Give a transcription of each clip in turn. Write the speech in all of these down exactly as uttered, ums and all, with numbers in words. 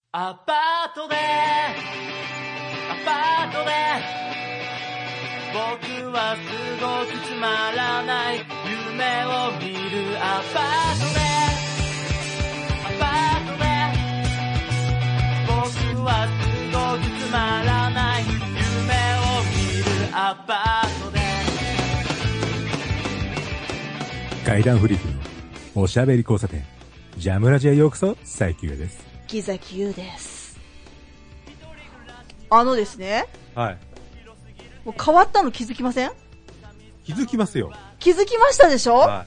アパートでアパートで僕はすごくつまらない夢を見るアパートでアパートで僕はすごくつまらない夢を見るアパートで階段フリークのおしゃべり交差点ジャムラジへようこそ。サイキューです。 木崎優です。あのですね、 はい。 もう変わったの気づきません？ 気づきますよ。 気づきましたでしょ？ はい。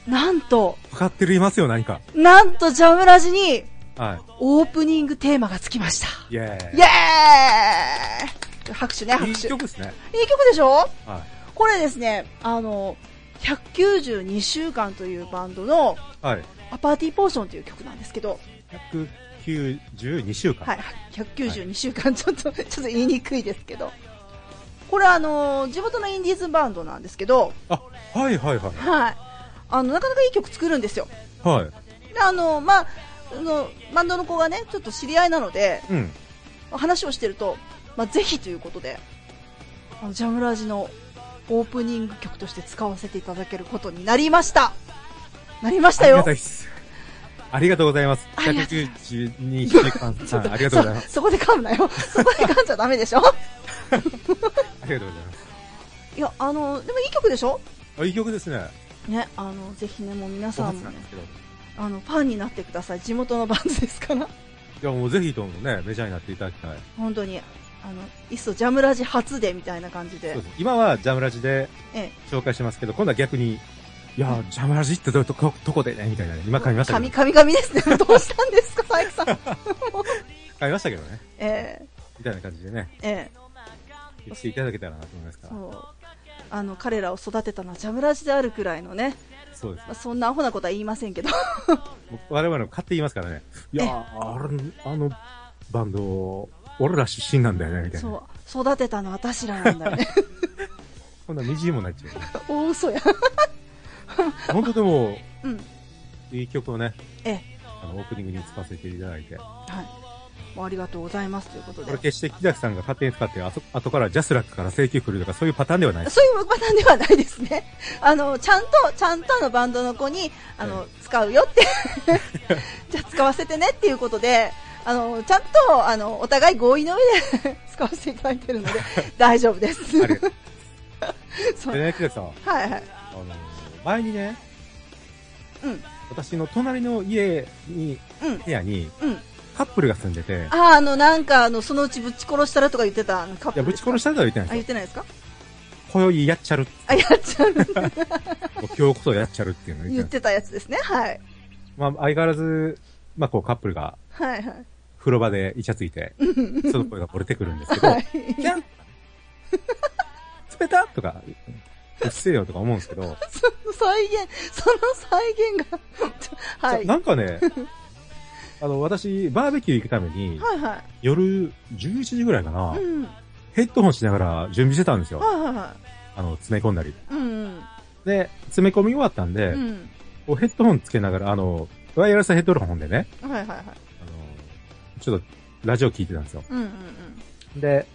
なんと分かってるいますよ、何か。 なんとジャムラジにはい。 オープニングテーマがつきました。 イェーイ。 イェーイ。拍手ね、拍手。 いい曲ですね。 いい曲でしょ？はい。これですね、あのひゃくきゅうじゅうにしゅうかんというバンドの、 はい。 アパーティーポーションという曲なんですけど、 ひゃくきゅうじゅうにしゅうかん。 はい、ひゃくきゅうじゅうにしゅうかん、ちょっと、ちょっと言いにくいですけど、これはあのー、地元のインディーズバンドなんですけど、 あ、はいはいはい。 はい。あの、なかなかいい曲作るんですよ。 はい。 で、あの、まあ、あの、バンドの子がね、ちょっと知り合いなので、 うん。 話をしてると、まあ、ぜひということで、あの、ジャムラジのオープニング曲として使わせていただけることになりました。なりましたよ。 ありがたいです。ありがとうございます。ひゃくきゅうじゅうにしゅうかんさん、ありがとうございます。 そ、そこで噛むなよ。そこで噛んじゃダメでしょ。 ありがとうございます。 いや、あの、でもいい曲でしょ？ あ、いい曲ですね。 ね、あの、ぜひね、もう皆さんもね、あの、ファンになってください。地元のバンドですから。いや、もうぜひともね、メジャーになっていただきたい。 本当に、あの、いっそジャムラジ初でみたいな感じで。 そうです。今はジャムラジで紹介してますけど、ええ、今度は逆に、いやー、ジャムラジってどういうとこ、とこでね、みたいなね、今噛みましたけど。 噛み、噛み噛みですね。どうしたんですか、佐伯さん。 噛みましたけどね。 ええー。みたいな感じでね。ええー。言っていただけたらなと思いますから。そう。 あの、彼らを育てたのはジャムラジであるくらいのね。 そうです、ね。 まあ、そんなアホなことは言いませんけど。 我々も勝手言いますからね。いやー、あれ、あの、バンド、俺ら出身なんだよね、みたいな。 そう。育てたのは私らなんだよね。 こんなみじんもないっちゃう、ね。 大嘘や。 本当でも、 うん、 いい曲をね、 ええ、 あのオープニングに使わせていただいて、 はい、もうありがとうございますということで。 これ決して木崎さんが勝手に使ってあそ後からジャスラックから請求来るとかそういうパターンではないです。 そういうパターンではないですね。あのちゃんとちゃんとあのバンドの子にあの、はい、使うよってじゃあ使わせてねっていうことで、あのちゃんとあのお互い合意の上で使わせていただいているので大丈夫です。ありがとう。 でね、木崎さん。 はいはい。 あの前にね、 うん、 私の隣の家に、うん、部屋に、うん、カップルが住んでて、 ああ、あのなんかあのそのうちぶち殺したらとか言ってたカップル。 いや、ぶち殺したらとは言ってないですよ。 あ、言ってないですか？ 今宵やっちゃる。 あ、やっちゃる。 今日こそやっちゃるっていうのを言ってたやつですね。はい。 まあ相変わらず、まあこうカップルが、はいはい。風呂場でイチャついて、その声が漏れてくるんですけど、はい、キャン冷たとか、うっせえよとか思うんですけど。その再現、その再現が、はい。 なんかね、あの、私、バーベキュー行くために、はいはい、夜じゅういちじぐらいかな、うん、ヘッドホンしながら準備してたんですよ。はいはいはい、あの、詰め込んだり。うんうん、で、詰め込み終わったんで、うん、こうヘッドホンつけながら、あの、ワイヤレスヘッドホンでね、はいはいはい、あの、ちょっとラジオ聞いてたんですよ。うんうんうん、で、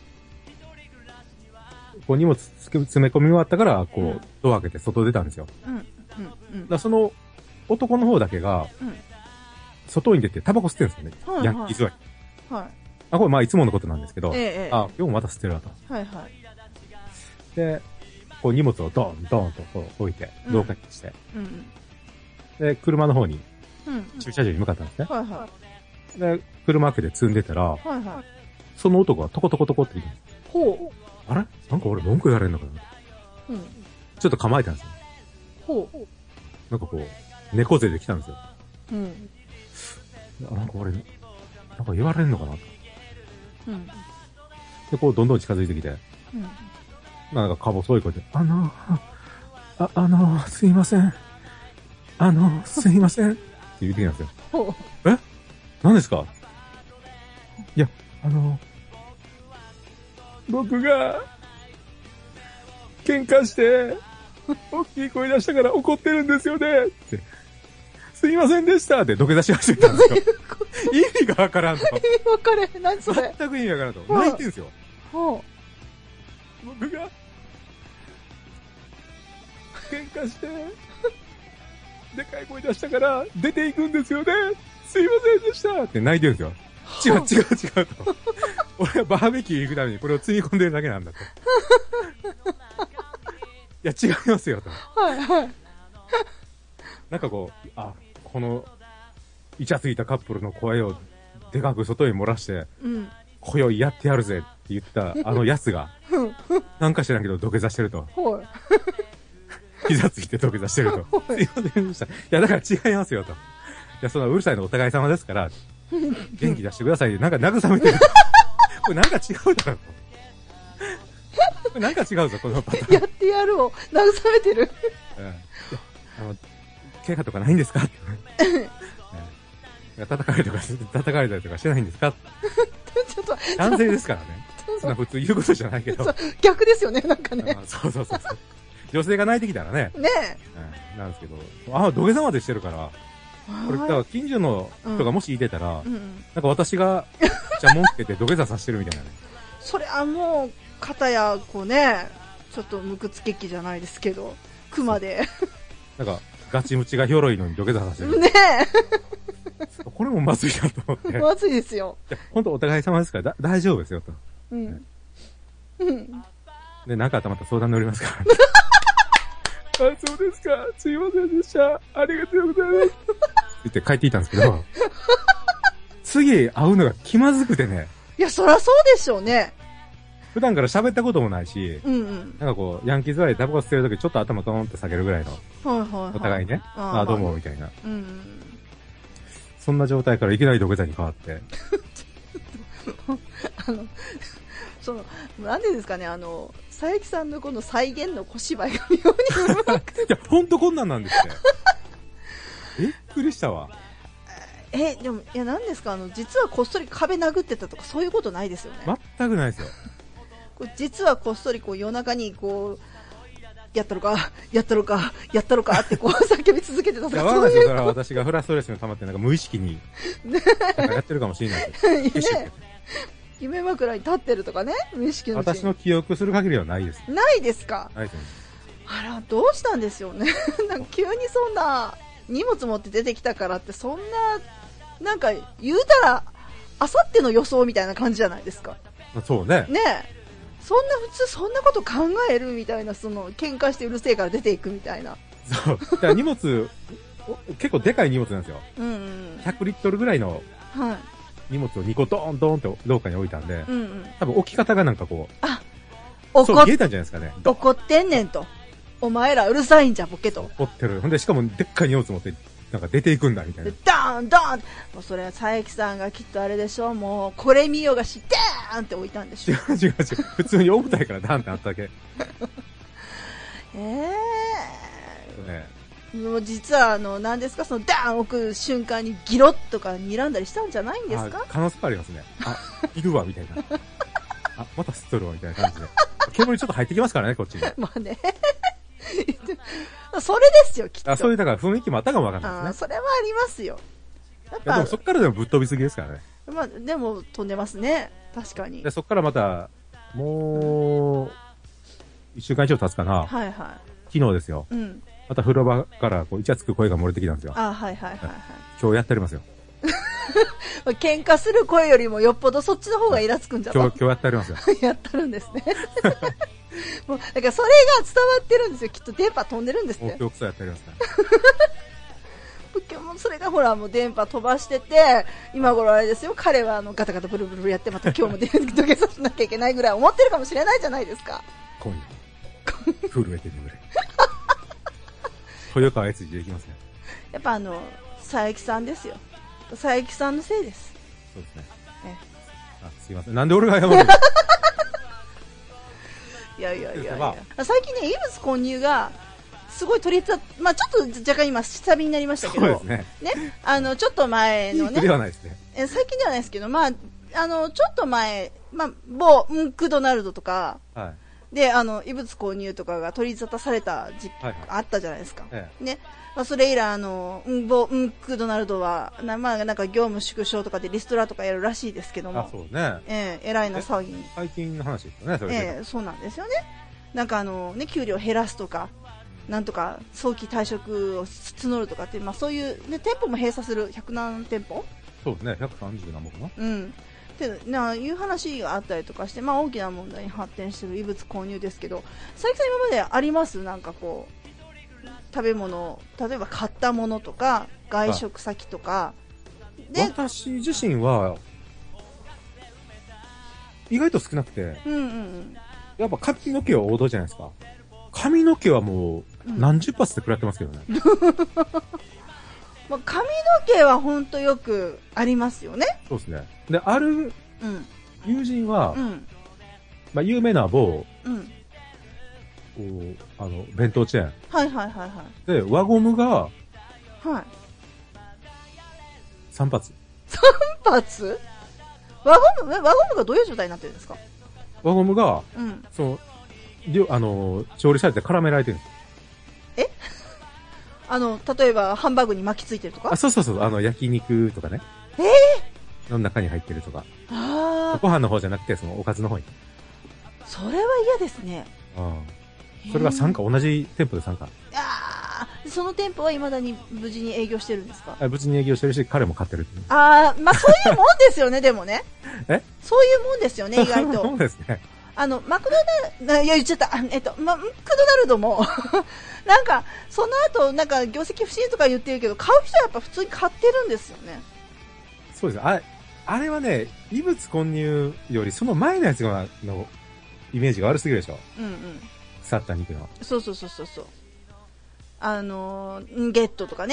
こう荷物詰め込み終わったから、こう、うん、ドア開けて外出たんですよ。うんうんうん、だその男の方だけが、うん、外に出てタバコ吸ってるんですよね。はいはい、ヤンキー座り。はい。あ、これまあいつものことなんですけど、ええ、あ、今日もまた吸ってるわと。はいはい。で、こう荷物をドンドンとこう置いて、廊下にして、うん、で、車の方に、うん、駐車場に向かったんですね。はいはい。で、車開けて積んでたら、はいはい、その男がトコトコトコって言うんです。ほう。あれなんか俺文句言われるのかな、うん、ちょっと構えたんですよ。ほう。なんかこう、猫背で来たんですよ。うん。なんか俺、なんか言われるのかなと。うん。で、こう、どんどん近づいてきて。うん。なんかか細い声で、あの、あ、あの、すいません。あの、すいません。って言ってきたんですよ。ほう。え何ですか？いや、あの、僕が、喧嘩して、大きい声出したから怒ってるんですよねって。すいませんでしたって土下座し始めたんですよ。 意味がわからんと。 意味わからん。何それ。 全く意味わからんと。泣いてんすよ。 ほう。僕が、喧嘩して、でかい声出したから、出ていくんですよね。すいませんでしたって泣いてるんですよ。違う違う違うと。俺はバーベキュー行くためにこれを積み込んでるだけなんだと。いや、違いますよと。 はいはい。 なんかこう、あ、この、イチャついたカップルの声をでかく外に漏らして、うん、今宵やってやるぜって言ったあの奴が、なんか知らんけど土下座してると。はい。膝ついて土下座してると。すいませんでした。いや、だから違いますよと。いや、そのうるさいのお互い様ですから、元気出してください。なんか慰めてる。これなんか違うだろ。これなんか違うぞ、このパターン。 やってやるを慰めてる。 うん。あの、怪我とかないんですかって。叩かれたりとか、叩かれたりとかしてないんですかちょっと。男性ですからね。そんな普通言うことじゃないけど。 逆ですよね、なんかね。 そうそうそうそう。女性が泣いてきたらね。 ねえ。 うん、なんですけど。あ、土下座までしてるから。これ、だから近所の人がもしいてたら、うんうん、なんか私が、じゃあ文句つけて土下座させてるみたいなね。 それはもう、肩や、こうね、ちょっとむくつけきじゃないですけど、熊で。 なんか、ガチムチがひょろいのに土下座させてる。 ねえ。これもまずいなと思って。 まずいですよ。 いや、ほんとお互い様ですからだ大丈夫ですよと。うん。うん。で、なんかあったらまた相談乗りますから。あ、そうですか。すいませんでした。ありがとうございます。って言って帰っていたんですけど、次会うのが気まずくてね。 いや、そりゃそうでしょうね。 普段から喋ったこともないし、 うんうん、 なんかこう、ヤンキー座りでタバコ吸ってるときちょっと頭トーンって下げるぐらいの、 はいはいはい、 お互いね、ああ、どうも、みたいな、 うんうん。 そんな状態からいきなり土下座に変わって。 あの、その、なんでですかね、あの、佐伯さんのこの再現の小芝居が妙にうまくて。 いや、ほんとこんなんなんですって。びっくりしたわ。 え、でも、いや、なんですか、あの、実はこっそり壁殴ってたとか、そういうことないですよね。 全くないですよ。 実はこっそりこう夜中にこう、やったろか、やったろか、やったろかってこう叫び続けてたとか。 そういう。だから私がフラストレスに溜まってなんか無意識に、なんかやってるかもしれないです。ね、 夢枕に立ってるとかね、無意識のうちに。 私の記憶する限りはないです。 ないですか。 ないです。 あら、どうしたんですよね。なんか急にそんな荷物持って出てきたからってそんな、なんか言うたら、あさっての予想みたいな感じじゃないですか。 そうね。 ねえ。そんな普通そんなこと考えるみたいな、その喧嘩してうるせえから出ていくみたいな。 そう。だから荷物結構でかい荷物なんですよ。 うんうん、 ひゃくリットルぐらいの荷物をにこドーンドーンって廊下に置いたんで、うんうん、多分置き方がなんかこう、 あ、怒っ、見えたんじゃないですかね。 怒ってんねんと。お前らうるさいんじゃボケと。 怒ってる。ほんでしかもでっかい荷物持ってなんか出ていくんだみたいな。 ダーンダーン。もうそれは佐伯さんがきっとあれでしょ。もうこれ見よがしダーンって置いたんでしょ。 違う違う違う。普通に重たいからダーンってあっただけ。 ええー。ね、もう実はあの何ですか、そのダーン置く瞬間にギロッとか睨んだりしたんじゃないんですか。 可能性ありますね。あ、いるわみたいな。あ、また吸っとるわみたいな感じで。煙ちょっと入ってきますからねこっちに。 まあね。それですよきっと。 あ、そういうだから雰囲気もあったかもわかんないですね。 あ、それはありますよ。 やっぱでもそっからでもぶっ飛びすぎですからね。 まあでも飛んでますね、確かに。 でそっからまたもう一週間以上経つかな。 はいはい。 昨日ですよ。うん。また風呂場からこうイチャつく声が漏れてきたんですよ。 あ、はいはいはいはい。 今日やってありますよ。 喧嘩する声よりもよっぽどそっちの方がイラつくんじゃない。 今日今日やってありますよ。 やってるんですね。もうだからそれが伝わってるんですよ。きっと電波飛んでるんですね。 今日クソやってありますから。 今日もそれがほらもう電波飛ばしてて、今頃あれですよ。彼はあのガタガタブルブルやってまた今日も土下座しなきゃいけないぐらい思ってるかもしれないじゃないですか。 今夜震えて眠れ。豊川悦司できますね。やっぱあの佐伯さんですよ。佐伯さんのせいです。 そうですね。 えあ、すいません。なんで俺が謝るの？ いやいやいやいや。最近ね、異物混入がすごい取りつ、まあちょっと若干今下火になりましたけど、 そうですね。 ね、あのちょっと前のね、 ではないですね。 え最近ではないですけど、まああのちょっと前、まあ某ムクドナルドとか、 はい、 で、あの、異物購入とかが取り沙汰された時期、はいはい、あったじゃないですか。ええ、ね。まあ、それ以来、あの、うん、ぼ、うん、クドナルドは、な、まあ、なんか業務縮小とかでリストラとかやるらしいですけども。 あ、そうね。 ええ、偉いな騒ぎに。 最近の話ですよね、それで。 ええ、そうなんですよね。なんかあの、ね、給料減らすとか、なんとか、早期退職を募るとかって、まあそういう、ね、店舗も閉鎖するひゃくなん店舗そうですね、ひゃくさんじゅうなんぼかな。 うん。ってないう話があったりとかして、まあ、大きな問題に発展している異物購入ですけど、佐伯さん、今までありますなんかこう食べ物、例えば買ったものとか外食先とかで、私自身は意外と少なくて、うんうんうん、やっぱ髪の毛は王道じゃないですか。髪の毛はもう何十発で食らってますけどね、うんまあ、髪の毛は本当よくありますよね。 そうですね。で、ある友人は、うん、まあ、有名な某、うん、こう、あの、弁当チェーン。 はいはいはいはい。 で、輪ゴムが、はい。さん発。 さん発？輪ゴム、輪ゴムがどういう状態になってるんですか？ 輪ゴムが、うん、そう、あの、調理されて絡められてるんです。 えあの、例えば、ハンバーグに巻きついてるとか？ あ、そうそうそう、あの、焼肉とかね。 えぇ、 ー、の中に入ってるとか。 あご飯の方じゃなくて、そのおかずの方に。 それは嫌ですね。 ああ。それがさんか、同じ店舗でさんか。 ああ、その店舗は未だに無事に営業してるんですか？ 無事に営業してるし、彼も買ってるって。 ああ、まあそういうもんですよね、でもね。 えそういうもんですよね、意外と。 そうですね。 あの、マクドナルド、いや、言っちゃった。えっと、ま、マクドナルドも、なんか、その後、なんか、業績不振とか言ってるけど、買う人はやっぱ普通に買ってるんですよね。 そうです。あれ、あれはね、異物混入より、その前のやつのイメージが悪すぎるでしょ。うんうん。腐った肉の。 そうそうそうそうそう。あのー、ゲットとかね。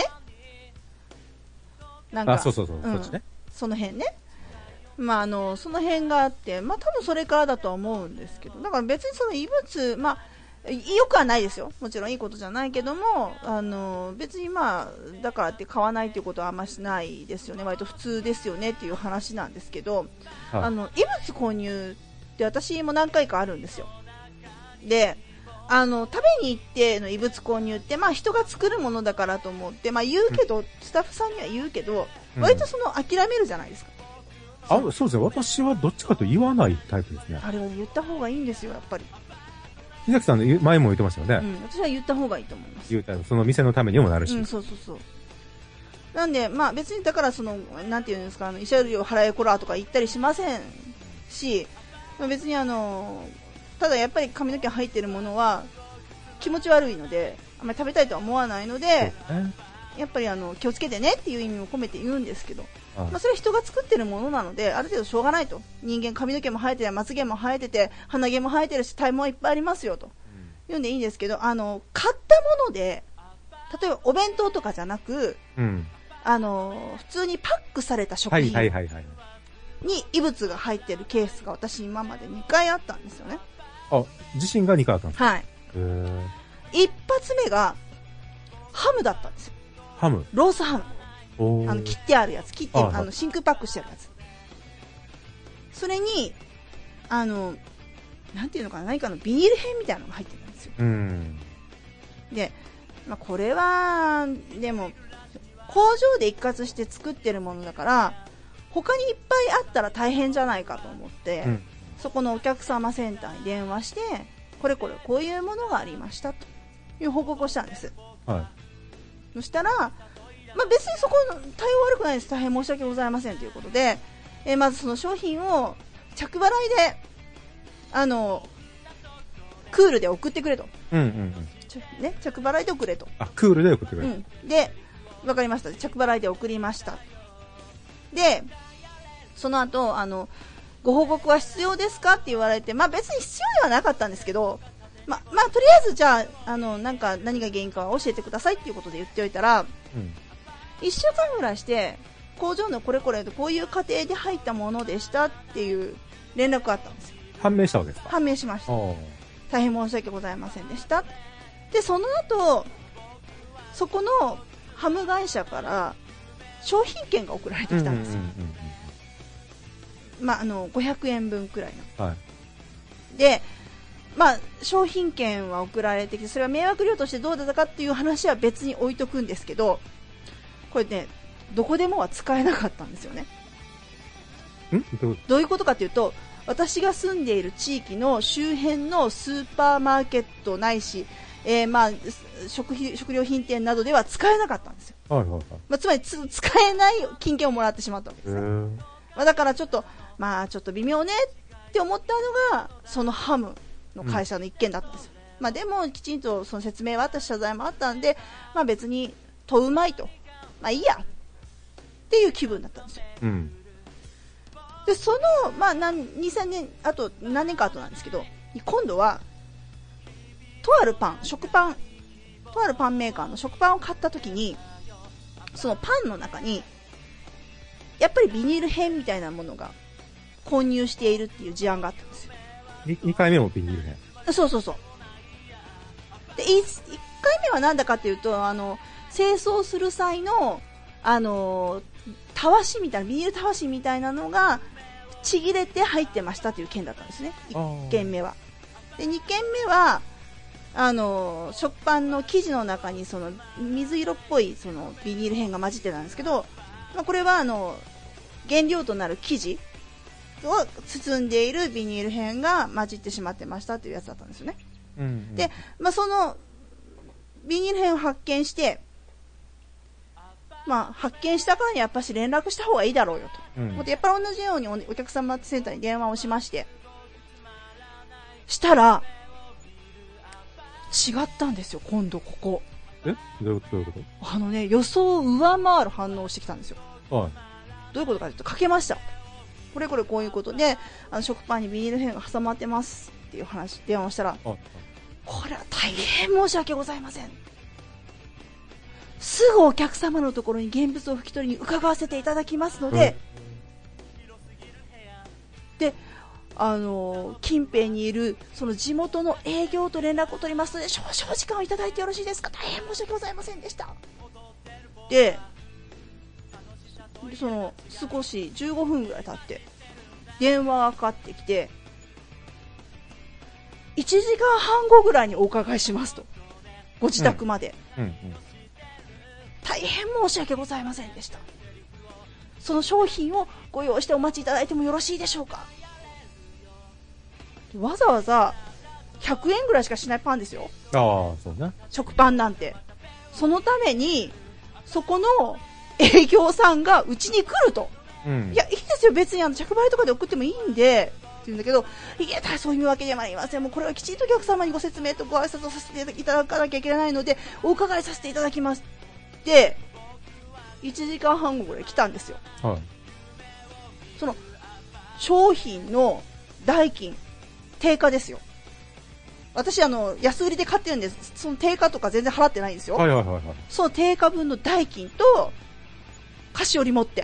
なんか。あ、そうそうそう、うん、そっちね。 その辺ね。まあ、あのその辺があって、まあ、多分それからだとは思うんですけど、だから別にその異物、まあ、よくはないですよ、もちろんいいことじゃないけども、あの別にまあだからって買わないということはあんましないですよね、割と普通ですよねっていう話なんですけど、はい、あの異物購入って私も何回かあるんですよ。で、あの食べに行っての異物購入って、まあ、人が作るものだからと思って、まあ、言うけど、うん、スタッフさんには言うけど、割とその諦めるじゃないですか。 あ、そうですね。私はどっちかと言わないタイプですね。 あれは言った方がいいんですよ、やっぱり。 木崎さん、前も言ってましたよね。 うん、私は言った方がいいと思います。 言うたら、その店のためにもなるし。 うん、そうそうそう。なんで、まあ別にだからその、なんていうんですか、あの、慰謝料払えこらとか言ったりしませんし、まあ、別にあの、ただやっぱり髪の毛入ってるものは気持ち悪いので、あんまり食べたいとは思わないので、ね、やっぱりあの、気をつけてねっていう意味も込めて言うんですけど、ああ、まあ、それは人が作ってるものなので、ある程度しょうがないと。人間髪の毛も生えてて、まつげも生えてて、鼻毛も生えてるし、体毛はいっぱいありますよと、うん、言うんでいいんですけど、あの買ったもので、例えばお弁当とかじゃなく、うん、あの普通にパックされた食品に異物が入ってるケースが私今までにかいあったんですよね。 あ、自身がにかいあったんですか？ はい。へー。一発目がハムだったんですよ。 ハム？ ロースハム。あの切ってあるやつ、切ってあの真空パックしてあるやつ、それにあのなんていうのかな、何かのビニール片みたいなのが入ってるんですよ。うん、で、まあ、これはでも工場で一括して作ってるものだから他にいっぱいあったら大変じゃないかと思って、うん、そこのお客様センターに電話して、これこれこういうものがありましたという報告をしたんです。はい、そしたらまあ、別にそこ対応悪くないです、大変申し訳ございませんということで、えー、まずその商品を着払いであのクールで送ってくれと、うんうんうん、ね、着払いで送れと。 あ、クールで送ってくれ、うん、 で、分かりました、着払いで送りました。で、その後あのご報告は必要ですかって言われて、まあ、別に必要ではなかったんですけど、ままあ、とりあえずじゃあ、あのなんか何が原因か教えてくださいっていうことで言っておいたら、うん、いっしゅうかんぐらいして工場のこれこれとこういう過程で入ったものでしたっていう連絡があったんですよ。 判明したわけですか？ 判明しました。大変申し訳ございませんでした。で、その後そこのハム会社から商品券が送られてきたんですよ。まあ、あのごひゃくえんぶんくらいの、はい、でまあ、商品券は送られてきて、それは迷惑料としてどうだったかっていう話は別に置いとくんですけど、これね、どこでもは使えなかったんですよね。 んどうどういうことかというと、私が住んでいる地域の周辺のスーパーマーケットないし、えー、まあ 食, 食料品店などでは使えなかったんですよ。 はいはいはい。 まあ、つまりつ使えない金券をもらってしまったわけですね。まあ、だからちょっと、まあちょっと微妙ねって思ったのが、そのハムの会社の一件だったんですよ。うん、まあでもきちんとその説明はあったし謝罪もあったんで、まあ別に問うまいと。まあいいやっていう気分だったんですよ。うん、で、その、まあにさんねん、あと何年か後なんですけど、今度は、とあるパン、食パン、とあるパンメーカーの食パンを買った時に、そのパンの中に、やっぱりビニール片みたいなものが混入しているっていう事案があったんですよ。 にかいめもビニール片。 そうそうそう。で、いっかいめはなんだかっていうと、あの、清掃する際の、あの、たわしみたいな、ビニールたわしみたいなのが、ちぎれて入ってましたという件だったんですね。いっけんめは。で、にけんめは、あの、食パンの生地の中にその水色っぽいそのビニール片が混じってたんですけど、まあ、これはあの、原料となる生地を包んでいるビニール片が混じってしまってましたというやつだったんですよね。うんうん、で、まあ、そのビニール片を発見して、まあ、発見したからにやっぱし連絡した方がいいだろうよと。うん、やっぱり同じようにお客様センターに電話をしまして、したら、違ったんですよ、今度ここ。 えどういうことどういうことあのね、予想を上回る反応をしてきたんですよ。 はい。 どういうことかというと、かけました。これこれこういうことで、あの食パンにビニール片が挟まってますっていう話、電話をしたら、はい、これは大変申し訳ございません。すぐお客様のところに現物を拭き取りに伺わせていただきますので、うん、で、あの近辺にいるその地元の営業と連絡を取りますので少々時間をいただいてよろしいですか。大変申し訳ございませんでした。で、その少しじゅうごふんぐらい経って電話がかかってきて、いちじかんはんごぐらいにお伺いしますと、ご自宅まで、うんうんうん、大変申し訳ございませんでした。その商品をご用意してお待ちいただいてもよろしいでしょうか。わざわざひゃくえんぐらいしかしないパンですよ。 ああ、そうね。 食パンなんて。そのためにそこの営業さんがうちに来ると、うん、いやいいですよ、別にあの着払いとかで送ってもいいんでって言うんだけど、いやそういうわけではありません。もうこれはきちんとお客様にご説明とご挨拶をさせていただかなきゃいけないのでお伺いさせていただきますっていちじかんはんごぐらい来たんですよ。はい、その商品の代金定価ですよ。私あの安売りで買ってるんです。その定価とか全然払ってないんですよ。はいはいはいはい、その定価分の代金と菓子折り持って、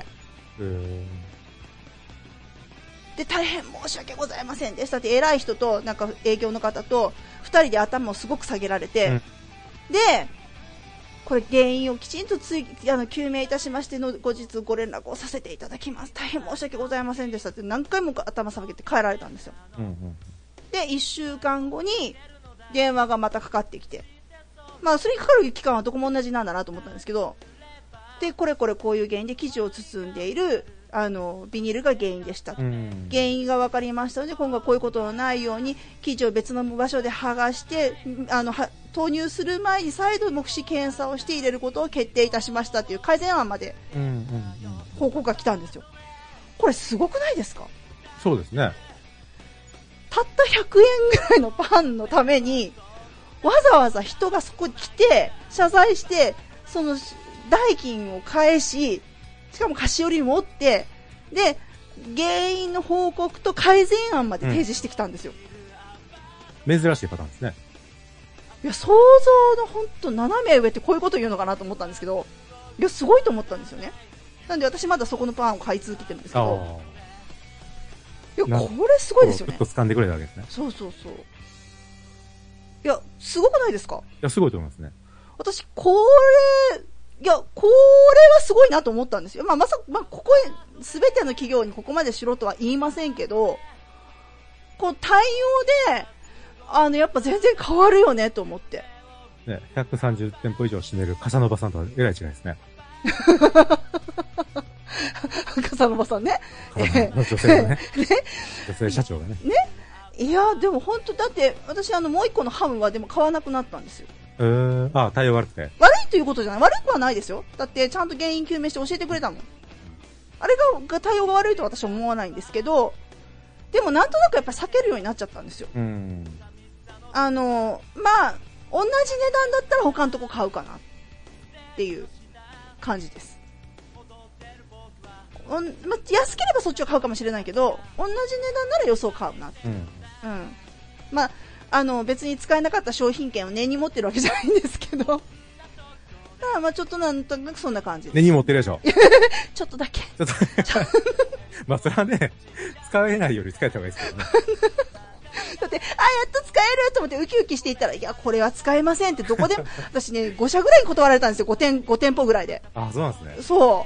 で大変申し訳ございませんでしたって偉い人となんか営業の方とふたりで頭をすごく下げられて、うん、でこれ原因をきちんとついあの究明いたしましての後日ご連絡をさせていただきます。大変申し訳ございませんでしたって何回も頭下げて帰られたんですよ。うんうん、でいっしゅうかんごに電話がまたかかってきて、まあそれにかかる期間はどこも同じなんだなと思ったんですけど、でこれこれこういう原因で生地を包んでいるあのビニールが原因でしたと、うん、原因が分かりましたので今後はこういうことのないように生地を別の場所で剥がしてあのは投入する前に再度目視検査をして入れることを決定いたしましたという改善案まで報告が来たんですよ。これすごくないですか。 そうですね。 たったひゃくえんぐらいのパンのためにわざわざ人がそこに来て謝罪してその代金を返し、しかも菓子折り持ってで原因の報告と改善案まで提示してきたんですよ。 うん、珍しいパターンですね。 いや想像の本当斜め上ってこういうこと言うのかなと思ったんですけど、いやすごいと思ったんですよね。なんで私まだそこのパンを買い続けてるんですけど、いやこれすごいですよね。 ちょっと掴んでくれたわけですね。 そうそうそう。いやすごくないですか。 いやすごいと思いますね。 私これいやこれはすごいなと思ったんですよ。まあまさまあここへ全ての企業にここまでしろとは言いませんけど、こう対応であの、やっぱ全然変わるよね、と思って。 ね、ひゃくさんじゅってんぽ以上占めるカサノバさんとはえらい違いですね。 カサノバさんね。 女性がね。ね女性社長がね。 ね。いや、でも本当だって、私あの、もう一個のハムはでも買わなくなったんですよ。 えー、あ、対応悪くて。 悪いということじゃない。悪くはないですよ。だってちゃんと原因究明して教えてくれたもん。あれが、対応が悪いと私は思わないんですけど、でもなんとなくやっぱ避けるようになっちゃったんですよ。 うん。 あの、まあ、同じ値段だったら他のとこ買うかなっていう感じです。おんま、安ければそっちを買うかもしれないけど、同じ値段ならよそを買うなって。うん。うん。まあ、あの、別に使えなかった商品券を根に持ってるわけじゃないんですけど。あまあちょっとなんとなくそんな感じです。 根に持ってるでしょちょっとだけ。ちょっとまあそれはね、使えないより使えた方がいいですけどね。 だって、あ、やっと使えると思ってウキウキしていったら、いや、これは使えませんってどこでも、私ね、ご社ぐらい断られたんですよ。ごてん、ご店舗ぐらいで。 あ、そうなんですね。 そう。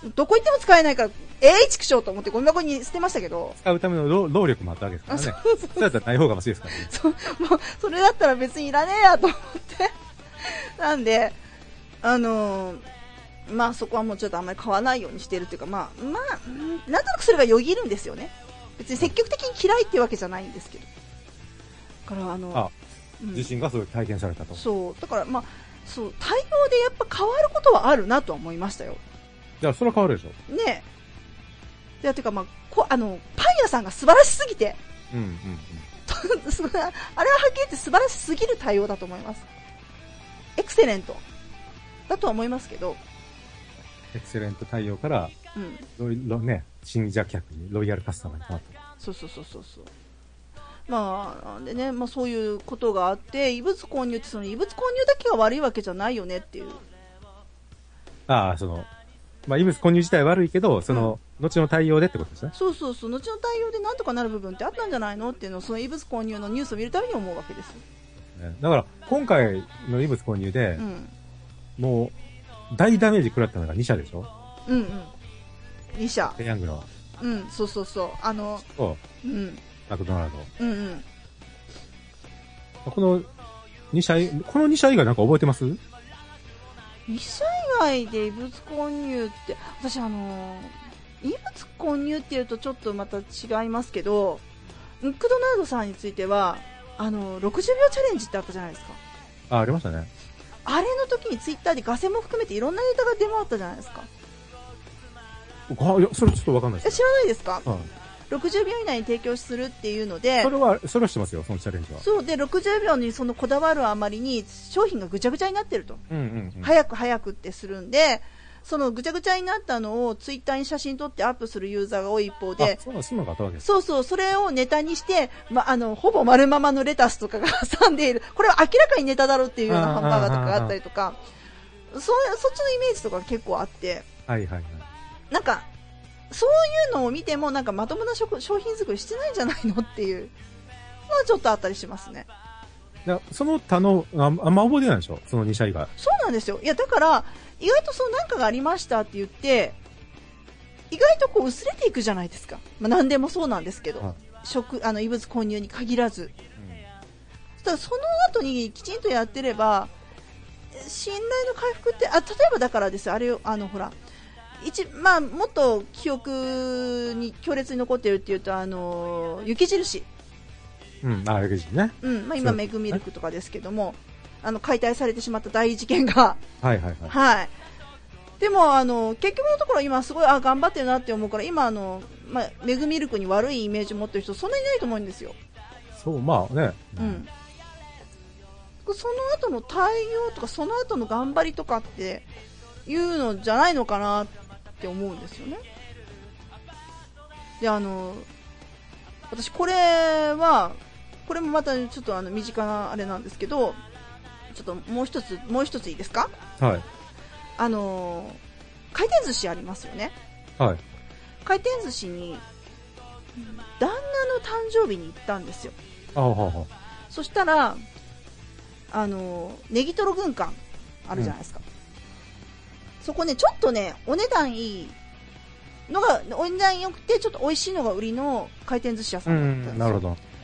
どこ行っても使えないから、えー、ちくしょうと思ってゴミ箱に捨てましたけど。 使うための労労力もあったわけですからね。そうそうそう。それだったらない方がマシですからね。 そう、もう、それだったら別にいらねえやと思って。なんで、あのー、まあそこはもうちょっとあんまり買わないようにしてるっていうか、まあ、まあ、なんとなくそれがよぎるんですよね。別に積極的に嫌いっていうわけじゃないんですけど。だからあの、 あ、うん、自身がそういう体験されたと。 そう、だからまあ、そう、対応でやっぱ変わることはあるなとは思いましたよ。 じゃあそれは変わるでしょ。 ねえ。いや、てかまあ、こあの、パン屋さんが素晴らしすぎて。うんうんうん。あれははっきり言って素晴らしすぎる対応だと思います。エクセレント。だとは思いますけど。 エクセレント対応から、うん、ロイロね、信者客にロイヤルカスタマーに変わった。 そうそうそうそうそう。まあ、なんでね、まあそういうことがあって、異物購入ってその異物購入だけが悪いわけじゃないよねっていう。 ああ、その、まあ異物購入自体は悪いけど、その、うん、後の対応でってことですね。 そうそうそう、後の対応でなんとかなる部分ってあったんじゃないのっていうのを、その異物購入のニュースを見るたびに思うわけですよ。 ね、だから、今回の異物購入で、うん、もう、大ダメージ食らったのがに社でしょ。うんうん。に社。ペヤングの。うん、そうそうそう。あの、そう。うん。マクドナルド。うんうん。このに社、このに社以外なんか覚えてます？に社以外で異物混入って、私あのー、異物混入っていうとちょっとまた違いますけど、マクドナルドさんについては、あのー、ろくじゅうびょうチャレンジってあったじゃないですか。あ、ありましたね。あれの時にツイッターでガセも含めていろんなネタが出回ったじゃないですか。あ、いや、それちょっとわかんないです。知らないですか？はい。ろくじゅうびょう以内に提供するっていうので、それは、それはしてますよ、そのチャレンジは。そうで、ろくじゅうびょうにそのこだわるあまりに商品がぐちゃぐちゃになってると。うんうんうん、早く早くってするんで、そのぐちゃぐちゃになったのをツイッターに写真撮ってアップするユーザーが多い一方で、そうそう、そうそう、それをネタにして、ま、あの、ほぼ丸ままのレタスとかが挟んでいる。これは明らかにネタだろうっていうようなハンバーガーとかがあったりとか、そう、そっちのイメージとか結構あって、はいはいはい。なんか、そういうのを見てもなんかまともな商品作りしてないんじゃないのっていうのはちょっとあったりしますね。その他の あ, あんま覚えてないでしょ、そのに社以外。そうなんですよ。いやだから意外とそうなんかがありましたって言って意外とこう薄れていくじゃないですか。まあ、何でもそうなんですけど、はい、食あの異物混入に限らず、うん、そしたらその後にきちんとやってれば信頼の回復って、あ、例えばだからですあれをあのほら一まあ、もっと記憶に強烈に残っているっていうと、あのー、雪印、うん、あ、雪印ね、うん、まあ、今メグミルクとかですけども、あの解体されてしまった大事件が、はいはいはい、はい、でもあの結局のところ今すごいあ頑張ってるなって思うから、今あの、まあ、メグミルクに悪いイメージを持ってる人そんなにいないと思うんですよ。そうまあね、うん、その後の対応とかその後の頑張りとかっていうのじゃないのかなって思うんですよね。で、あの私これはこれもまたちょっとあの身近なあれなんですけど、ちょっともう一つもう一ついいですか？はい。あの回転寿司ありますよね。はい。回転寿司に旦那の誕生日に行ったんですよ。あはは。そしたらあのネギトロ軍艦あるじゃないですか。うん、そこね、ちょっとね、お値段いいのが、お値段良くて、ちょっと美味しいのが売りの回転寿司屋さんだったんですよ。なるほど。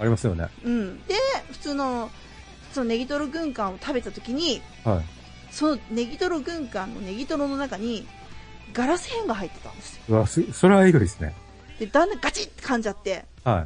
ありますよね。 うん。で、普通の、そのネギトロ軍艦を食べたときに、 はい。 そのネギトロ軍艦のネギトロの中に、ガラス片が入ってたんですよ。 うわ、そそれはエグいですね。 で、だんだんガチッって噛んじゃって。 はい。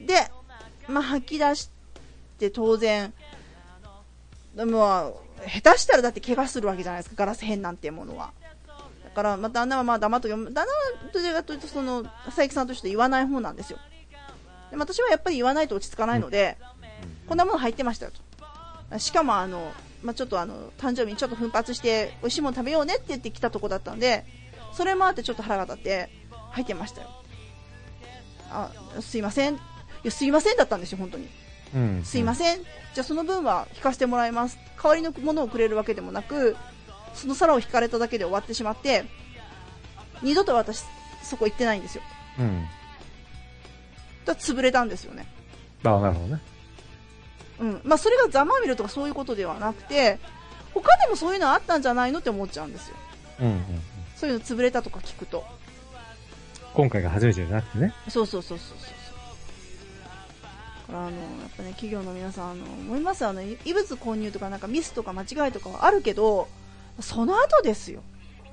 で、まあ、吐き出して当然、でも、下手したらだって怪我するわけじゃないですか、ガラス片なんていうものは。だから、まあ、旦那はまあ黙っと読む。旦那はどちらかというと、その、佐伯さんとして言わない方なんですよ。で私はやっぱり言わないと落ち着かないので、うん、こんなもの入ってましたよと。しかも、あの、まあ、ちょっとあの、誕生日にちょっと奮発して、美味しいもの食べようねって言ってきたとこだったんで、それもあってちょっと腹が立って、入ってましたよ。あ、すいません。いや、すいませんだったんですよ、本当に。うん、すいません。じゃあその分は引かせてもらいます。代わりのものをくれるわけでもなく、その皿を引かれただけで終わってしまって、二度と私、そこ行ってないんですよ。うん。だから潰れたんですよね。 ああ、なるほどね。 うん。まあそれがざまみるとかそういうことではなくて、他でもそういうのあったんじゃないのって思っちゃうんですよ。うんうんうん。そういうの潰れたとか聞くと。 今回が初めてじゃなくてね。 そうそうそうそうそう。あの、やっぱね、企業の皆さん、あの、思いますよ、あの、異物混入とかなんかミスとか間違いとかはあるけど、その後ですよ。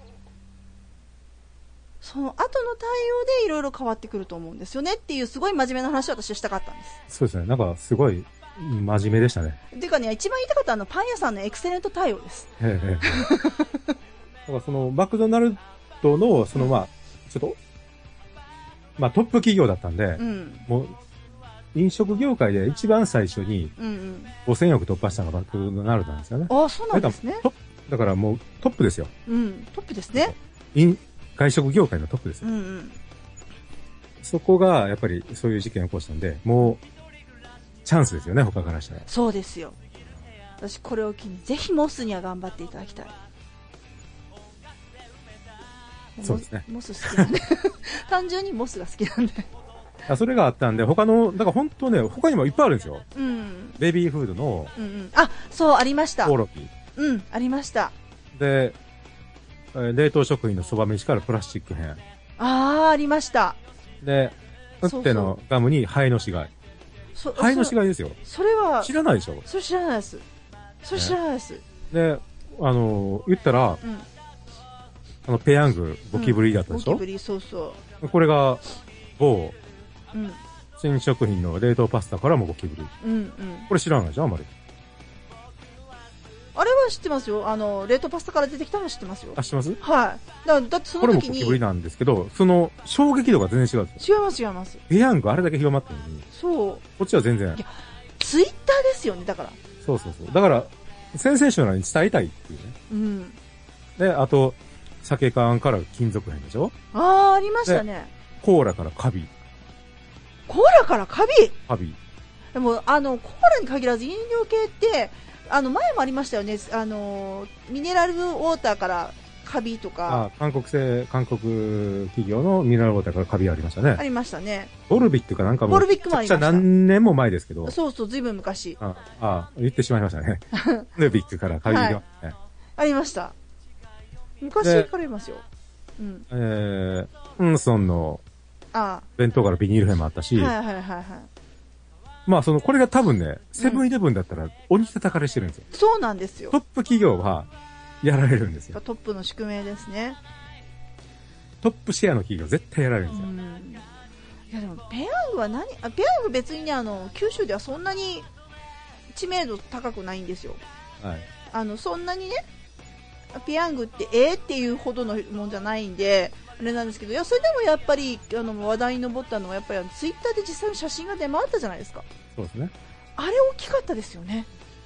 その後の対応でいろいろ変わってくると思うんですよねっていうすごい真面目な話を私はしたかったんです。 そうですね。なんかすごい真面目でしたね。 ていうかね、一番言いたかったのはパン屋さんのエクセレント対応です。へえへえ。だからそのマクドナルドの、そのまあ、ちょっと、まあトップ企業だったんで、うん、もう、飲食業界で一番最初にごせんおく突破したのがマクドナルドなんですよね。 ああ、そうなんですね。 だからもうトップですよ。 うん、トップですね。 外食業界のトップですよ。うんうん、そこがやっぱりそういう事件を起こしたんで、もうチャンスですよね、他からしたら。 そうですよ。私これを機にぜひモスには頑張っていただきたい。 そうですね。 モス好きなんで単純にモスが好きなんであ、それがあったんで、他の、だから本当ね、他にもいっぱいあるんですよ。うん。ベビーフードの。 うんうん。あ、そう、ありました。 コオロギ。 うん、ありました。 で、冷凍食品のそば飯からプラスチック片。 ああ、ありました。で、 打ってのガムにハエの死骸。ハエの死骸ですよ。 それは。 知らないでしょ？ それ知らないです。それ知らないです。 で、あの、言ったら、うん、あの、ペヤング、ゴキブリだったでしょ？ ゴキブリ、そうそう。 これが、某、うん、新食品の冷凍パスタからもゴキブリ。うんうん。これ知らないじゃん、あんまり。 あれは知ってますよ。あの、冷凍パスタから出てきたのは知ってますよ。 あ、知ってます？ はい。だ, だってその時に。これもゴキブリなんですけど、その、衝撃度が全然違うんですよ。違います、違います。 ペヤングあれだけ広まってるのに。 そう。 こっちは全然。いや、 ツイッターですよね、だから。 そうそうそう。だから、センセーショナルに伝えたいっていうね。うん。で、あと、酒缶から金属片でしょ？ ああ、ありましたね。 コーラからカビ。 コーラからカビ？ カビ。 でも、あの、コーラに限らず飲料系って、あの、前もありましたよね。あの、ミネラルウォーターからカビとか。 あ、韓国製、韓国企業のミネラルウォーターからカビありましたね。 ありましたね。 ボルビックかなんかも。 ボルビックもありました。 何年も前ですけど。 そうそう、ずいぶん昔。 ああ、言ってしまいましたね。ボルビックからカビが、ねはい。 ありました。昔からいますよ。うん。 えー、ウンソンの、ああ。弁当からビニール片もあったし。 はいはいはいはい。 まあその、これが多分ね、セブンイレブンだったら鬼叩かれしてるんですよ。 そうなんですよ。 トップ企業は、やられるんですよ。 トップの宿命ですね。 トップシェアの企業絶対やられるんですよ。うん、 いやでも、ペヤングは何あ、ペヤング別にね、あの、九州ではそんなに知名度高くないんですよ。はい。あの、そんなにね、ペヤングってえーっていうほどのもんじゃないんで、あれなんですけど、いや、それでもやっぱり、あの、話題に上ったのは、やっぱりツイッターで実際の写真が出回ったじゃないですか。 そうですね。 あれ大きかったですよね。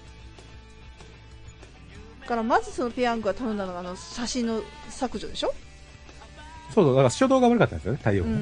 だから、まずそのペヤングが頼んだのが、あの、写真の削除でしょ？ そうそう、だから初動が悪かったんですよね、対応が、ね。うん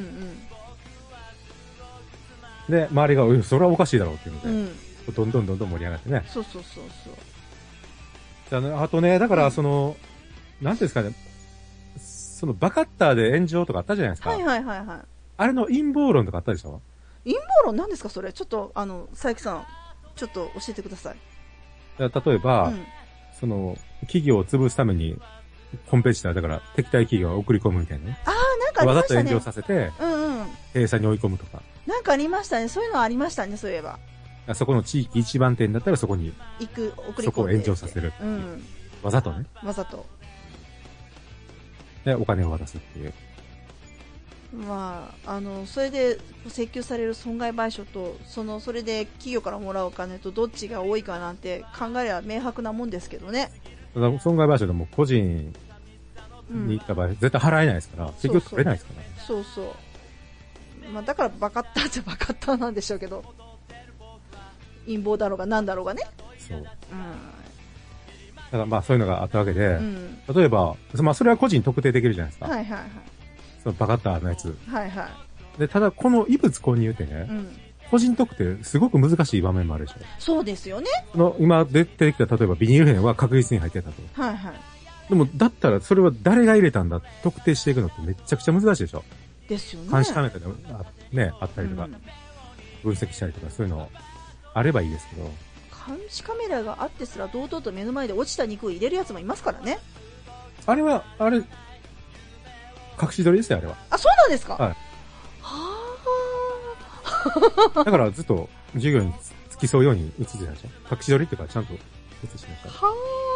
うん。で、周りが、うそれはおかしいだろうっていうので、うん、どんどんどんどん盛り上がってね。 そうそうそうそう。 じゃあ、ね、あとね、だから、その、うん、なんていうんですかね、そのバカッターで炎上とかあったじゃないですか。 はいはいはいはい。 あれの陰謀論とかあったでしょ？ 陰謀論なんですかそれ？ちょっと、あの、佐伯さん、ちょっと教えてください。 例えば、うん、その、企業を潰すために、ホームページから、だから、敵対企業を送り込むみたいなね。 ああ、なんかありましたね。 わざと炎上させて、うんうん。 閉鎖に追い込むとか。 なんかありましたね。そういうのありましたね、そういえば。 そこの地域一番店だったらそこに行く、送り込んで。 そこを炎上させる。うん。わざとね。 わざと。 で、お金を渡すっていう。 まあ、あの、それで請求される損害賠償と、その、それで企業からもらうお金とどっちが多いかなんて考えれば明白なもんですけどね。 損害賠償でも個人に行った場合、うん、絶対払えないですから、請求取れないですからね。 そうそう。まあ、だからバカッターっちゃバカッターなんでしょうけど。陰謀だろうが何だろうがね。 そう。うん。だからまあそういうのがあったわけで、うん、例えば、まあそれは個人特定できるじゃないですか。 はいはいはい。 そのバカッターのやつ。 はいはい。 で、ただこの異物混入ってね、うん、個人特定すごく難しい場面もあるでしょ。 そうですよね。 の今出てきた例えばビニール片は確実に入ってたと。 はいはい。 でもだったらそれは誰が入れたんだ特定していくのってめちゃくちゃ難しいでしょ。 ですよね。 監視カメラであ、ね、あったりとか、うん、分析したりとかそういうのあればいいですけど。 監視カメラがあってすら堂々と目の前で落ちた肉を入れるやつもいますからね。 あれは、あれ、隠し撮りですよ、あれは。 あ、そうなんですか？ はい。 はあ。だからずっと授業に付き添うように映ってたでしょ。隠し撮りっていうかちゃんと映してました。 は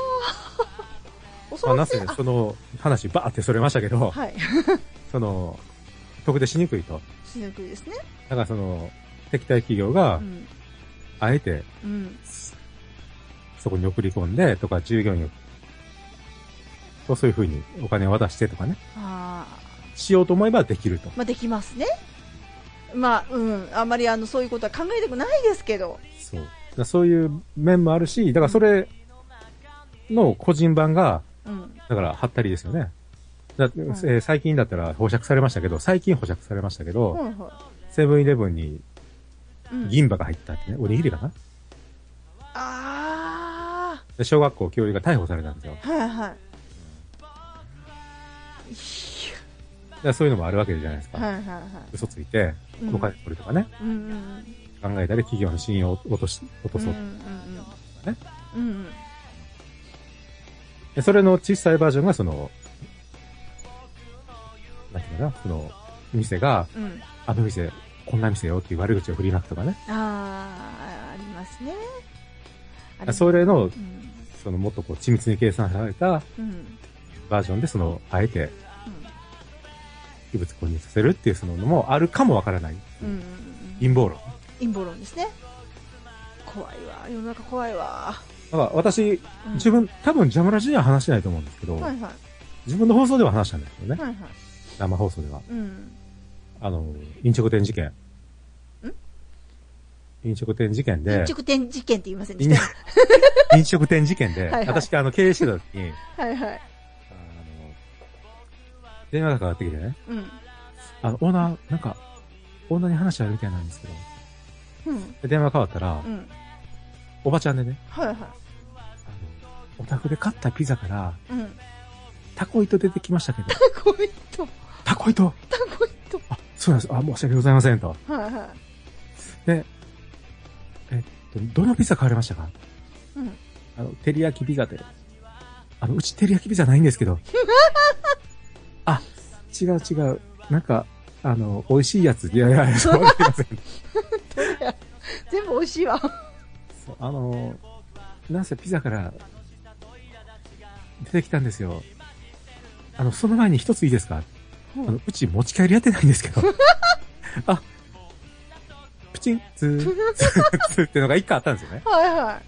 あ。まあ、なぜその話バーってそれましたけど、 はい。 その、特定しにくいと。 しにくいですね。 だからその、敵対企業が、うん、あえて、 うん、 そこに送り込んでとか、従業員を、そういう風にお金を渡してとかね。 あしようと思えばできると。 まあできますね。まあ、うん。あんまりあの、そういうことは考えたくないですけど。 そう。だそういう面もあるし、だからそれの個人版が、うん、だから貼ったりですよね。だうん、えー、最近だったら保釈されましたけど、最近保釈されましたけど、 はいはい、 セブンイレブンに銀歯が入ったってね、おにぎりかな。 あで小学校教諭が逮捕されたんですよ。 はいはい。 だそういうのもあるわけじゃないですか。 はいはいはい。 嘘ついて、お金取るとかね。 うんうんうん、 考えたり企業の信用を落とし、落とそうとかね。 うんうんうん、 でそれの小さいバージョンがその、なんていうかな、その、店が、うん、あの店、こんな店よっていう悪口を振りまくとかね。 ああ、ありますね。あそれの、うん、そのもっとこう緻密に計算されたバージョンで、その、あえて、異物混入させるっていうそののもあるかもわからない。 うんうんうん、 陰謀論。 陰謀論ですね。怖いわ。世の中怖いわ。 だから私、うん、自分、多分ジャムラジには話してないと思うんですけど、 はいはい、 自分の放送では話したんですよね。 はいはい、 生放送では。 うん、 あの、飲食店事件。ん飲食店事件で。 飲食店事件って言いませんでした。 飲食店事件で、はいはい、私があの経営してた時に、 はいはい。 電話がかかってきてね。 うん。 あの、オーナー、なんか、オーナーに話あるみたいなんですけど。 うん。 で、電話変わったら、 うん。 おばちゃんでね。 はいはい。あの、 お宅で買ったピザから、 うん。 タコ糸出てきましたけど。 タコ糸タコ糸タコ糸あ、そうなんです。あ、申し訳ございませんと。 はいはい。 で、えっと、どのピザ買われましたか？ うん。 あの、照り焼きピザで。あの、うち照り焼きピザないんですけど。あ、違う違う。なんか、あの、美味しいやつ。いやいや、そうなりません。 全部美味しいわ。 そう、あの、なんせピザから出てきたんですよ。あの、その前に一ついいですか？うん、あの、うち持ち帰りやってないんですけど。あ、プチン、ツー、ツー、ツーってのが一回あったんですよね。 はいはい。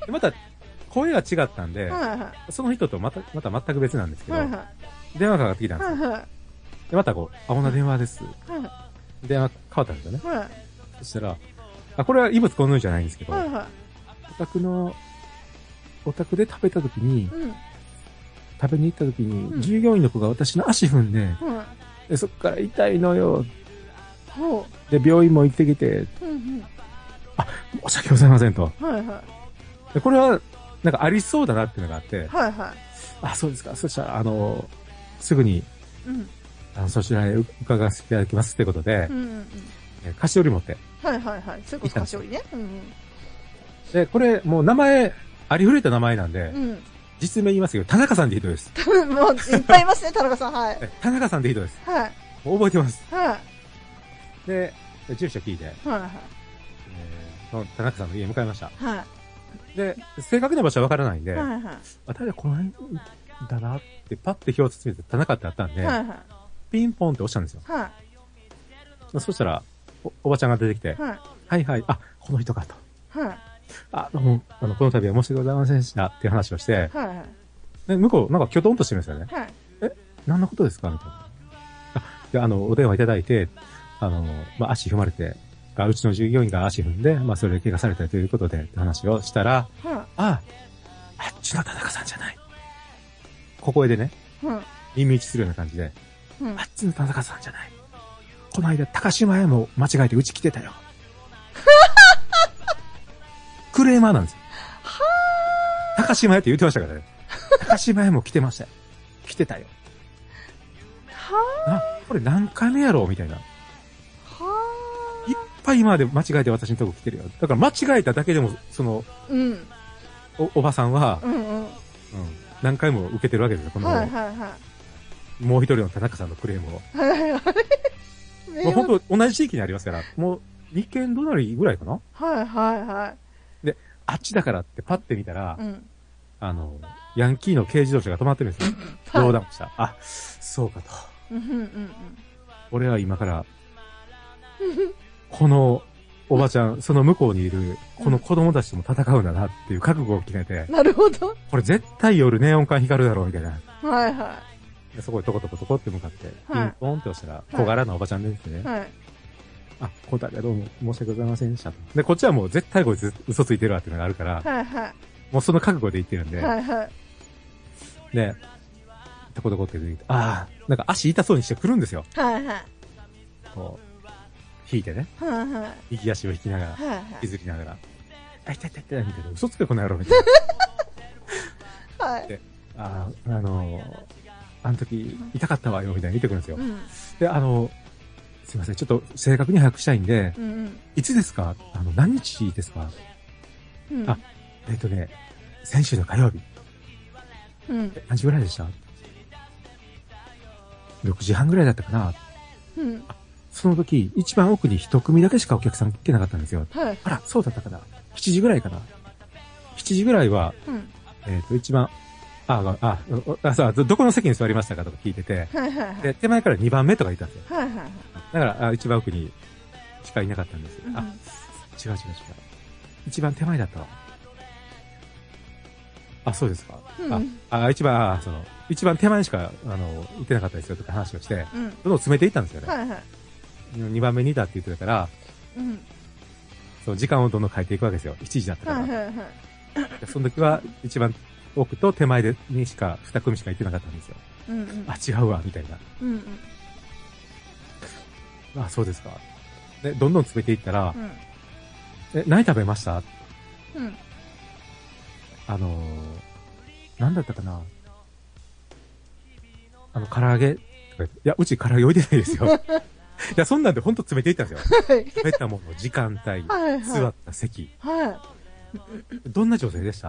でまた、声が違ったんで、 はいはい、 その人とまた、また全く別なんですけど、 はいはい、 電話がかかってきたんですよ。 はいはい、 で、またこう、あ、こんな電話です。 はいはい、 電話変わったんですよね。 はい、 そしたら、あ、これは異物混入じゃないんですけど、 はいはい、 お宅の、お宅で食べた時に、 うん、 食べに行った時に、うん、従業員の子が私の足踏んで、 うん、 でそっから痛いのよ。 ほうで、病院も行ってきて、 うんうん、 あ、申し訳ございませんと。 はいはい、 でこれは、なんかありそうだなっていうのがあって、 はいはい。 あ、そうですか。そしたら、あの、すぐに、 うん、 あのそちらへ伺わせていただきますってことで、 うんうんうん、 え菓子折り持って。 はいはいはい。そういうこと菓子折りね。うんうん、 で、これ、もう名前、ありふれた名前なんで、 うん、 実名言いますけど、田中さんでいいとです。 もう、いっぱいいますね、田中さん。はい。 田中さんでいいとです。 はい。 覚えてます。 はい。 で、住所聞いて、はいはい。えー、田中さんの家に向かいました。はい。で、正確な場所はわからないんで、はいはい。あ、ただこの辺だなって、パッて表を包めて田中ってあったんで、はいはい。ピンポンって押したんですよ。はい。そしたら、お、おばちゃんが出てきて、はい。はいはい、あ、この人かと。はい。あ、どうも、あの、この度は申し訳ございませんでしたっていう話をして、はいはい。で、向こう、なんかきょとんとしてるんですよね。はい。え、何のことですかみたいな。あ、で、あの、お電話いただいて、あの、まあ、足踏まれて、あ、うちの従業員が足踏んで、まあ、それで怪我されたということで、って話をしたら、はい。あ、あっちの田中さんじゃない。小声でね、はい。耳打ちするような感じで、うん、あっちの田中さんじゃない。この間、高島屋も間違えてうち来てたよ。クレーマーなんですよ。はぁ。高島屋って言ってましたからね。高島屋も来てましたよ。来てたよ。はぁ。あ、これ何回目やろうみたいな。はぁ。いっぱい今まで間違えて私のとこ来てるよ。だから間違えただけでも、その、うん。お、おばさんは、うんうん。うん。何回も受けてるわけですよ。この、はいはいはい。もう一人の田中さんのクレームを。はいはいはい。もう本当同じ地域にありますから、もうにけん隣ぐらいかな？はいはいはい。で、あっちだからってパッて見たら、うん、あの、ヤンキーの軽自動車が止まってるんですよ。横断した。あ、そうかと。うんうんうん、俺は今から、このおばちゃん、その向こうにいる、この子供たちとも戦うんだなっていう覚悟を決めて。なるほど。これ絶対夜ネオン管光るだろうみたいな。はいはい。でそこでトコトコトコって向かって、ピンポンって押したら、小柄なおばちゃんですね。はい。あ、こたびはどうも申し訳ございませんでしたと。で、こっちはもう絶対こいつ嘘ついてるわっていうのがあるから、はいはい。もうその覚悟で言ってるんで、はいはい。で、トコトコって出てきて、ああ、なんか足痛そうにしてくるんですよ。はいはい。こう、引いてね。はいはい。右足を引きながら、はいはい。引きずりながら、あ、痛い痛い痛いみたいな、嘘つけこの野郎みたいな。はい。で、ああ、あのー、あの時痛かったわよみたいに言ってくるんですよ。うん、で、あのー、すいません、ちょっと正確に把握したいんで、うんうん、いつですか？あの、何日ですか？うん、あ、えっとね、先週の火曜日。うん、何時ぐらいでした？ ろく 時半ぐらいだったかな。うん、あ、その時、一番奥に一組だけしかお客さん来てなかったんですよ。はい、あら、そうだったかな。しちじぐらいかな。しちじぐらいは、うん、えっと、一番、あ、あ、あ、さあ、どこの席に座りましたかとか聞いてて、はいはいはい、で、手前からにばんめとか言ったんですよ。はいはいはい、だから、あ、一番奥にしかいなかったんです。うん、あ、違う違う違う。一番手前だったわ。あ、そうですか。うん、あ、あ、一番、あ、その、一番手前しか、あの、行ってなかったですよとか話をして、うん、どんどん詰めていったんですよね。はいはい、にばんめにだって言ってたから、うん、そう、時間をどんどん変えていくわけですよ。しちじだったから。はいはいはい、その時は、一番、奥と手前でにしか、二組しか行ってなかったんですよ。うんうん、あ、違うわ、みたいな。うんうん、あ、そうですか。で、どんどん詰めていったら、うん、え、何食べました？うん、あのー、何だったかな。あの、唐揚げとか言って、いや、うち唐揚げ置いてないですよ。いや、そんなんでほんと詰めていったんですよ。食べたもの、時間帯、はいはい、座った席。はい、どんな女性でした？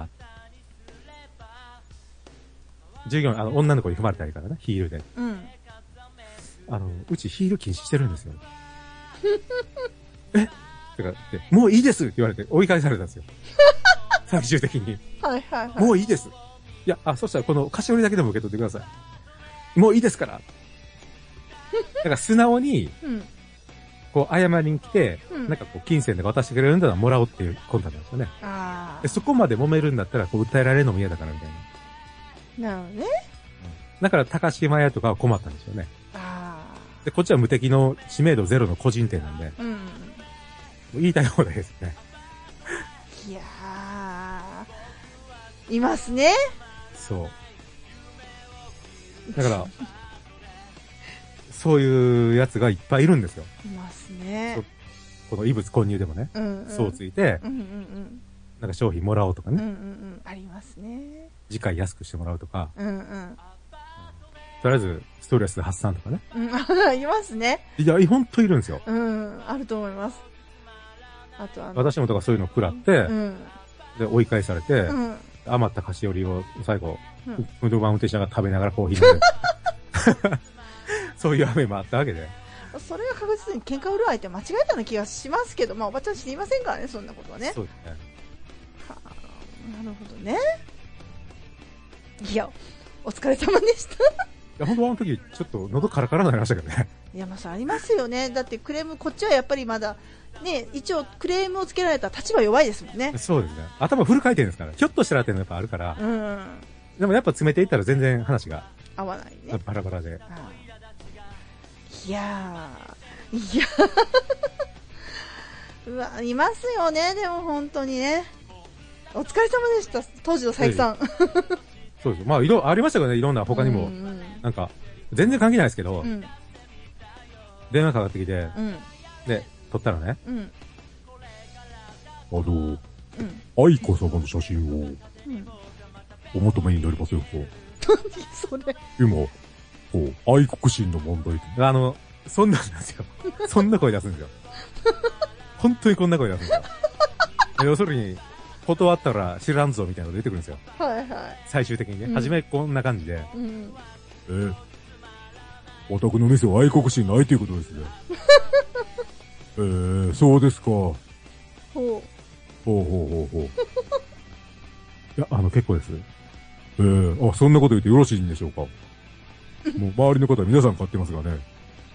従業員、あの、女の子に踏まれたりからね、ヒールで。うん。あの、うちヒール禁止してるんですよ。えとかって、もういいですって言われて追い返されたんですよ。最終的に。はいはいはい。もういいです。いや、あ、そしたらこの菓子折りだけでも受け取ってください。もういいですから。だから素直に、うん、こう、謝りに来て、うん、なんかこう、金銭で渡してくれるんだったらもらおうっていう魂胆なんですよね。あでそこまで揉めるんだったら、こう、訴えられるのも嫌だからみたいな。なるほどね。だから、高島屋とかは困ったんですよね。ああ。で、こっちは無敵の知名度ゼロの個人店なんで、うん、もう言いたい放題ですね。いやー、いますね。そう。だから、そういうやつがいっぱいいるんですよ。いますね。この異物混入でもね、うんうん、そうついて、うんうんうん、なんか商品もらおうとかね。うんうんうん、ありますね。次回安くしてもらうとか、うんうん、とりあえずストレス発散とかね。うん、いますね。いや、ほんといるんですよ。うん、あると思います。あとあの私もとかそういうのを食らって、うん、で、追い返されて、うん、余った菓子折りを最後、うん、フードバン運転しながら食べながらコーヒー飲んで。そういう雨もあったわけで。 それは確実に喧嘩売る相手間違えたような気がしますけど、まあおばちゃん知りませんからね、そんなことはね。 そうですね。 はあ、なるほどね。いや、お疲れ様でした。いや、本当あの時、ちょっと喉カラカラになりましたけどね。 いや、まあ、そうありますよね。だってクレーム、こっちはやっぱりまだ、ね、一応クレームをつけられたら立場弱いですもんね。 そうですね。頭フル回転ですから。ひょっとしたらっていうのがやっぱあるから。 うん。 でもやっぱ詰めていったら全然話が。 合わないね。 バラバラで。 いやー、いやー。うわ、いますよね、でも本当にね。お疲れ様でした、当時の佐伯さん。 そうです。まあ、いろ、ありましたけどね、いろんな他にも。うんうん、なんか、全然関係ないですけど、うん、電話かかってきて、うん、で、撮ったらね、うん、あの、うん、愛子様の写真を、お求めになりますよ、と。 何それ。 今、こう、愛国心の問題って。あの、そんなんですよ。そんな声出すんですよ。本当にこんな声出すんですよ。要するに、断ったら知らんぞみたいなのが出てくるんですよ。はいはい。最終的にね。うん、初めこんな感じで。うん、えー、お宅の店は愛国心ないということですね。えー、そうですか。ほう。ほうほうほうほう。いや、あの、結構です。えー、あ、そんなこと言ってよろしいんでしょうか。もう周りの方は皆さん買ってますがね。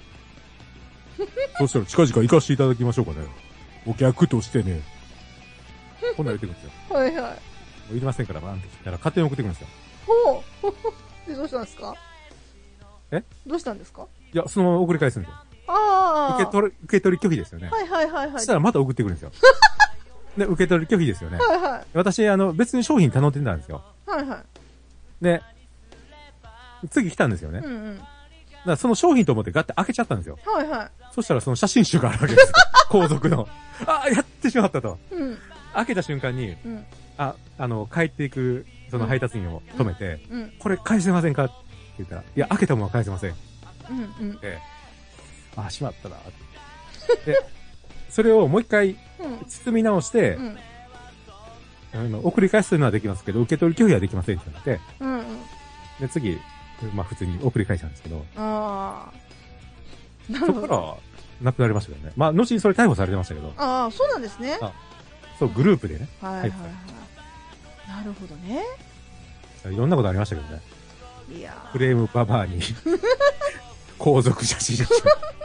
そしたら近々行かせていただきましょうかね。お客としてね。こんなん言ってくるんですよ。はいはい。もういりませんから、なんて聞いたら勝手に送ってくるんですよ。 ほう。で、どうしたんですか？ え？ どうしたんですか？ いや、そのまま送り返すんですよ。ああ。受け取り、受け取り拒否ですよね。はいはいはいはい。そしたらまた送ってくるんですよ。で、受け取り拒否ですよね。はいはい。私、あの、別に商品頼んでたんですよ。はいはい。で、次来たんですよね。うんうん。だからその商品と思ってガッて開けちゃったんですよ。はいはい。そしたらその写真集があるわけですよ。後続の。ああ、やってしまったと。うん。開けた瞬間に、うん、あ、あの、帰っていく、その配達員を止めて、うんうん、これ返せませんかって言ったら、いや、開けたものは返せません。うんうん。で、あ、しまったな。で、それをもう一回、包み直して、うん、あの送り返すのはできますけど、受け取り拒否はできませんって言って、うんうん、で、次、まあ普通に送り返したんですけど、ああ。そこから、なくなりましたけどね。まあ、後にそれ逮捕されてましたけど。ああ、そうなんですね。あ、そう、グループでね。はいはいはい。なるほどね。いろんなことありましたけどね。いやフレームババアに、皇族写真集。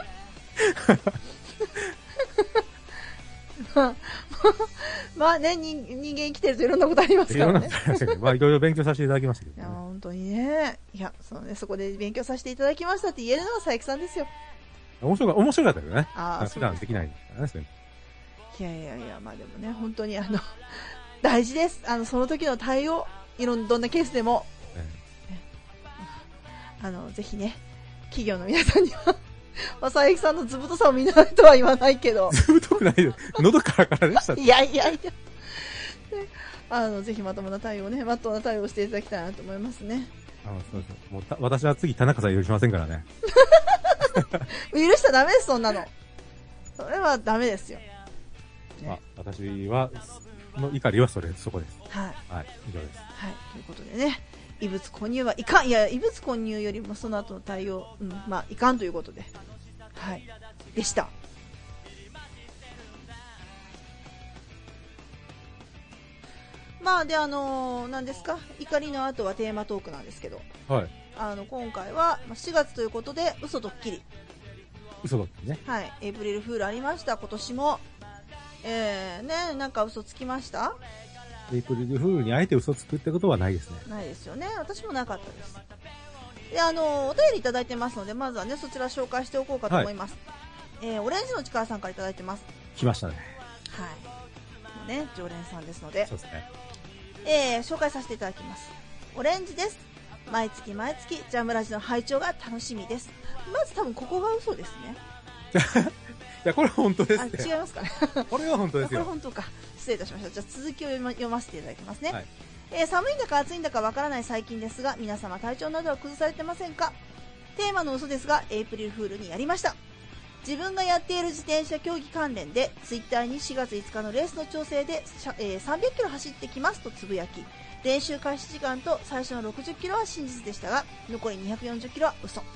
まあ、まあね、人, 人間生きてるといろんなことありますからね。いろんなことありましたけど、まあいろいろ勉強させていただきましたけど、ね。いや、本当にね。いや、そうね、そこで勉強させていただきましたって言えるのは佐伯さんですよ。面白か面白かったけどね。ああ、普段できないからね。いやいやいや、まあでもね、本当にあの、大事です。あの、その時の対応、いろんな、どんなケースでも、ねね、あの、ぜひね、企業の皆さんには、佐伯さんのずぶとさを見習いとは言わないけど。ずぶとくないよ。喉カラカラでした。いやいやいや。あの、ぜひまともな対応ね、まっとうな対応をしていただきたいなと思いますね。あの、そうそう。もうた、私は次田中さん許しませんからね。許しちゃダメです、そんなの。それはダメですよ。ね、あ、私は、の怒りはそれ、そこです。はい。はい、以上です。はい、ということでね、異物混入はいかん、いや、異物混入よりもその後の対応、うん、まあ、いかんということで、はい、でした。まあ、で、あのー、何ですか、怒りの後はテーマトークなんですけど、はい。あの、今回はしがつということで、嘘ドッキリ。嘘ドッキリね。はい。エイプリルフールありました、今年も。えー、ね、なんか嘘つきました？エイプリルフールにあえて嘘つくってことはないですね。ないですよね。私もなかったです。で、あの、お便りいただいてますので、まずはね、そちら紹介しておこうかと思います。はい、えー、オレンジの力さんからいただいてます。来ましたね。はい。もうね、常連さんですので。そうですね。えー、紹介させていただきます。オレンジです。毎月毎月ジャムラジの拝聴が楽しみです。まず多分ここが嘘ですね。いや、これは本当ですね。違いますかね。これは本当ですよ。これ本当か。失礼いたしました。じゃあ続きを読ま、読ませていただきますね。はい、えー、寒いんだか暑いんだかわからない最近ですが、皆様体調などは崩されてませんか？テーマの嘘ですが、エイプリルフールにやりました。自分がやっている自転車競技関連で、ツイッターにしがついつかのレースの調整で、えー、さんびゃっキロ走ってきますとつぶやき、練習開始時間と最初のろくじゅっキロは真実でしたが、残りにひゃくよんじゅっキロは嘘。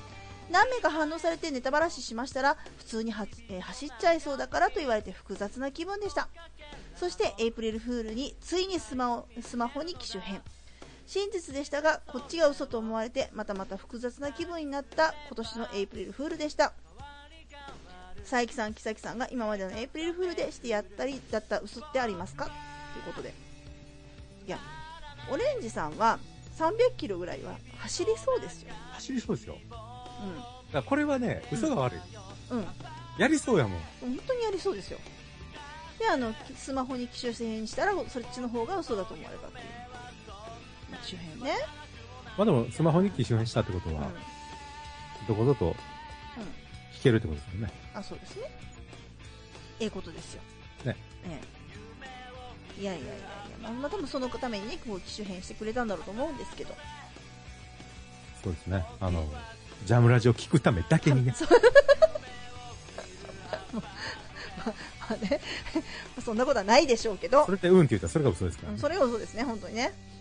何名か反応されてネタばらししましたら、普通には、えー、走っちゃいそうだからと言われて複雑な気分でした。そしてエイプリルフールについにスマホ、スマホに機種変。真実でしたが、こっちが嘘と思われてまたまた複雑な気分になった今年のエイプリルフールでした。佐伯さん、木崎さんが今までのエイプリルフールでしてやったりだった嘘ってありますかということで、いや、オレンジさんはさんびゃくキロぐらいは走りそうですよ。 走りそうですよ。 うん。 だからこれはね、嘘が悪い。 うん。うん、 やりそうやもん。 本当にやりそうですよ。で、あの、スマホに機種変したら、そっちの方が嘘だと思われたっていう。機種変ね。 まあでも、スマホに機種変したってことは、うん、どこぞと、弾けるってことですよね。 あ、そうですね。ええことですよ。 ね。 ええ。いやいやいやいや、まあ、まあ、多分そのためにね、こう機種変してくれたんだろうと思うんですけど。 そうですね。あの、ジャムラジを聞くためだけにね。 まあね、そんなことはないでしょうけど。 それってうんって言ったらそれが嘘ですから、 ね。それが嘘ですね、本当にね。